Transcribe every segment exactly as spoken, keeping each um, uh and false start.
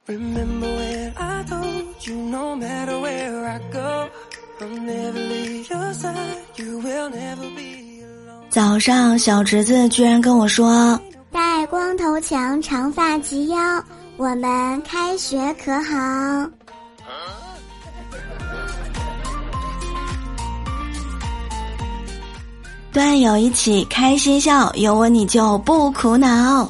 Remember when I told you no matter where I go, I'll never leave your side, you will never be alone. 早上小侄子居然跟我说， 戴光头强，长发及腰，我们开学可好？ 段友一起开心笑，有我你就不苦恼。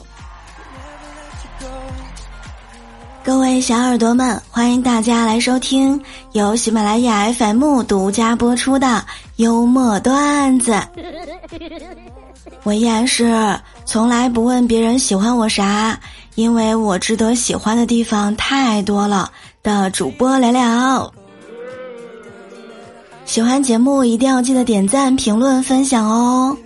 各位小耳朵们，欢迎大家来收听由喜马拉雅 F M 独家播出的幽默段子。我依然是从来不问别人喜欢我啥，因为我值得喜欢的地方太多了的主播聊聊。喜欢节目一定要记得点赞、评论、分享哦。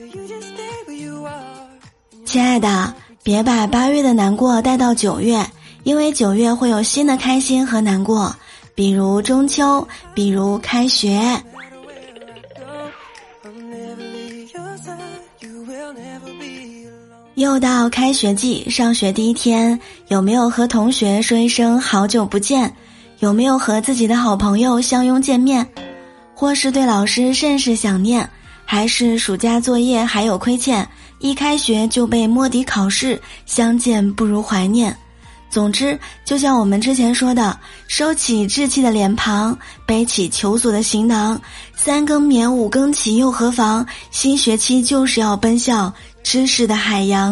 亲爱的，别把八月的难过带到九月，因为九月会有新的开心和难过，比如中秋，比如开学。又到开学季，上学第一天，有没有和同学说一声好久不见？有没有和自己的好朋友相拥见面？或是对老师甚是想念，还是暑假作业还有亏欠，一开学就被摸底考试，相见不如怀念。总之，就像我们之前说的，收起稚气的脸庞，背起求索的行囊，三更眠五更起又何妨？新学期就是要奔向知识的海洋。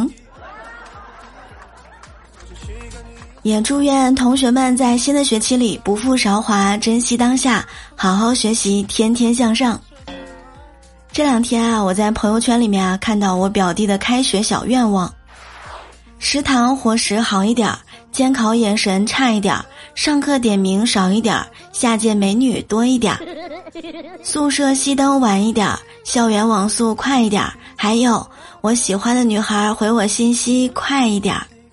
也祝愿同学们在新的学期里不负韶华，珍惜当下，好好学习，天天向上。这两天啊，我在朋友圈里面啊看到我表弟的开学小愿望：食堂伙食好一点，监考眼神差一点，上课点名少一点，下届美女多一点，宿舍熄灯晚一点，校园网速快一点，还有我喜欢的女孩回我信息快一点。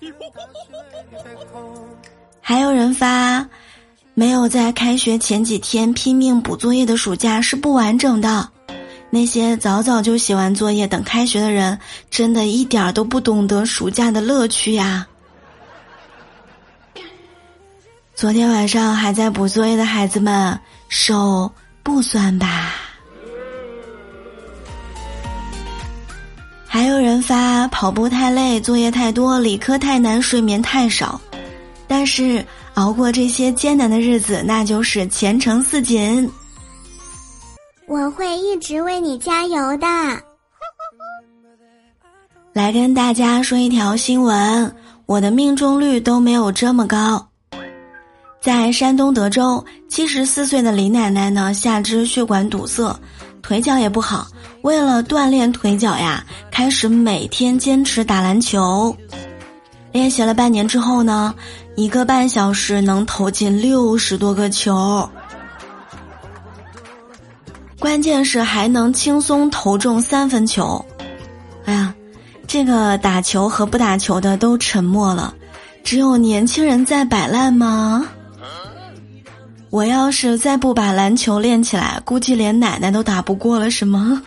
还有人发，没有在开学前几天拼命补作业的暑假是不完整的。那些早早就写完作业等开学的人，真的一点都不懂得暑假的乐趣呀。昨天晚上还在补作业的孩子们，手不酸吧？还有人发，跑步太累，作业太多，理科太难，睡眠太少。但是熬过这些艰难的日子，那就是前程似锦。 我会一直为你加油的。 来跟大家说一条新闻，我的命中率都没有这么高。在山东德州，七十四岁的李奶奶呢，下肢血管堵塞，腿脚也不好，为了锻炼腿脚呀，开始每天坚持打篮球。练习了半年之后呢，一个半小时能投进六十多个球，关键是还能轻松投中三分球。哎呀，这个打球和不打球的都沉默了，只有年轻人在摆烂吗？我要是再不把篮球练起来，估计连奶奶都打不过了，是吗？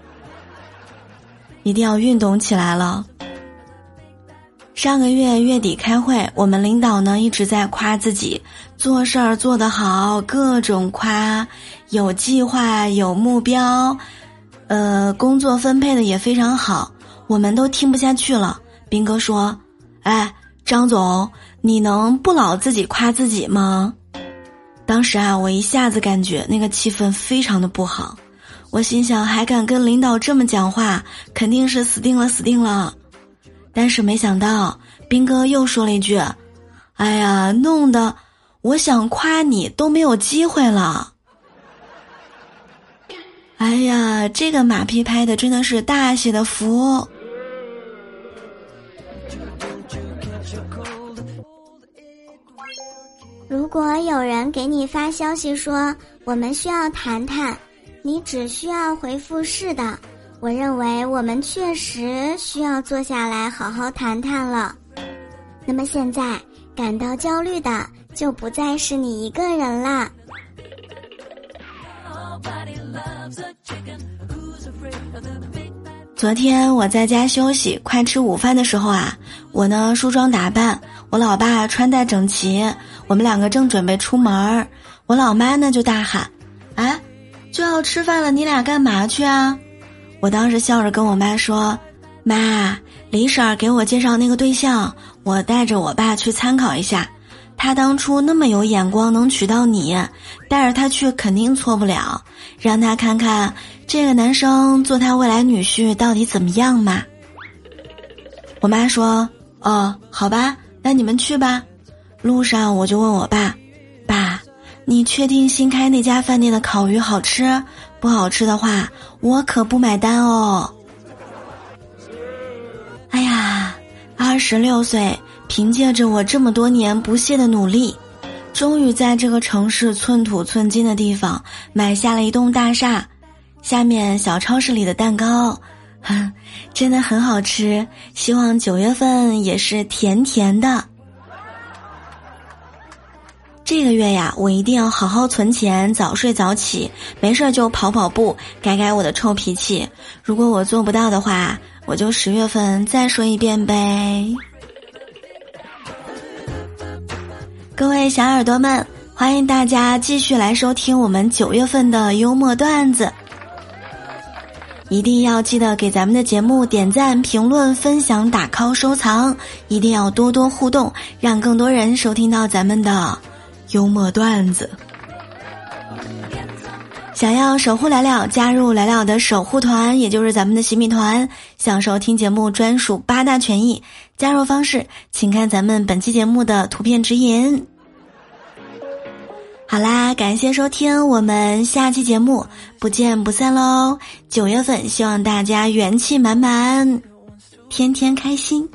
一定要运动起来了。上个月月底开会，我们领导呢一直在夸自己做事儿做得好，各种夸，有计划有目标，呃，工作分配的也非常好，我们都听不下去了。斌哥说，哎，张总，你能不老自己夸自己吗？当时啊，我一下子感觉那个气氛非常的不好，我心想还敢跟领导这么讲话，肯定是死定了死定了。但是没想到斌哥又说了一句，哎呀，弄得我想夸你都没有机会了。哎呀，这个马屁拍的真的是大写的福。 如果有人给你发消息说我们需要谈谈，你只需要回复是的，我认为我们确实需要坐下来好好谈谈了。那么现在感到焦虑的就不再是你一个人啦。 昨天我在家休息，快吃午饭的时候啊，我呢梳妆打扮， 我老爸穿戴整齐，我们两个正准备出门，我老妈呢就大喊：哎，就要吃饭了，你俩干嘛去啊？我当时笑着跟我妈说：妈，李婶儿给我介绍那个对象，我带着我爸去参考一下，他当初那么有眼光能娶到你，带着他去肯定错不了，让他看看这个男生做他未来女婿到底怎么样嘛。我妈说：哦，好吧，那你们去吧。路上我就问我爸：爸，你确定新开那家饭店的烤鱼好吃？不好吃的话，我可不买单哦。哎呀，二十六岁，凭借着我这么多年不懈的努力，终于在这个城市寸土寸金的地方买下了一栋大厦，下面小超市里的蛋糕真的很好吃，希望九月份也是甜甜的。这个月呀，我一定要好好存钱，早睡早起，没事就跑跑步，改改我的臭脾气。如果我做不到的话，我就十月份再说一遍呗。各位小耳朵们，欢迎大家继续来收听我们九月份的幽默段子。一定要记得给咱们的节目点赞、评论、分享、打 call、收藏，一定要多多互动，让更多人收听到咱们的幽默段子。想要守护来了，加入来了的守护团，也就是咱们的洗米团，享受听节目专属八大权益。加入方式请看咱们本期节目的图片指引。好啦，感谢收听，我们下期节目不见不散喽！九月份希望大家元气满满，天天开心。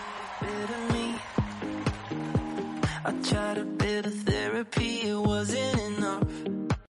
I tried a bit of therapy, it wasn't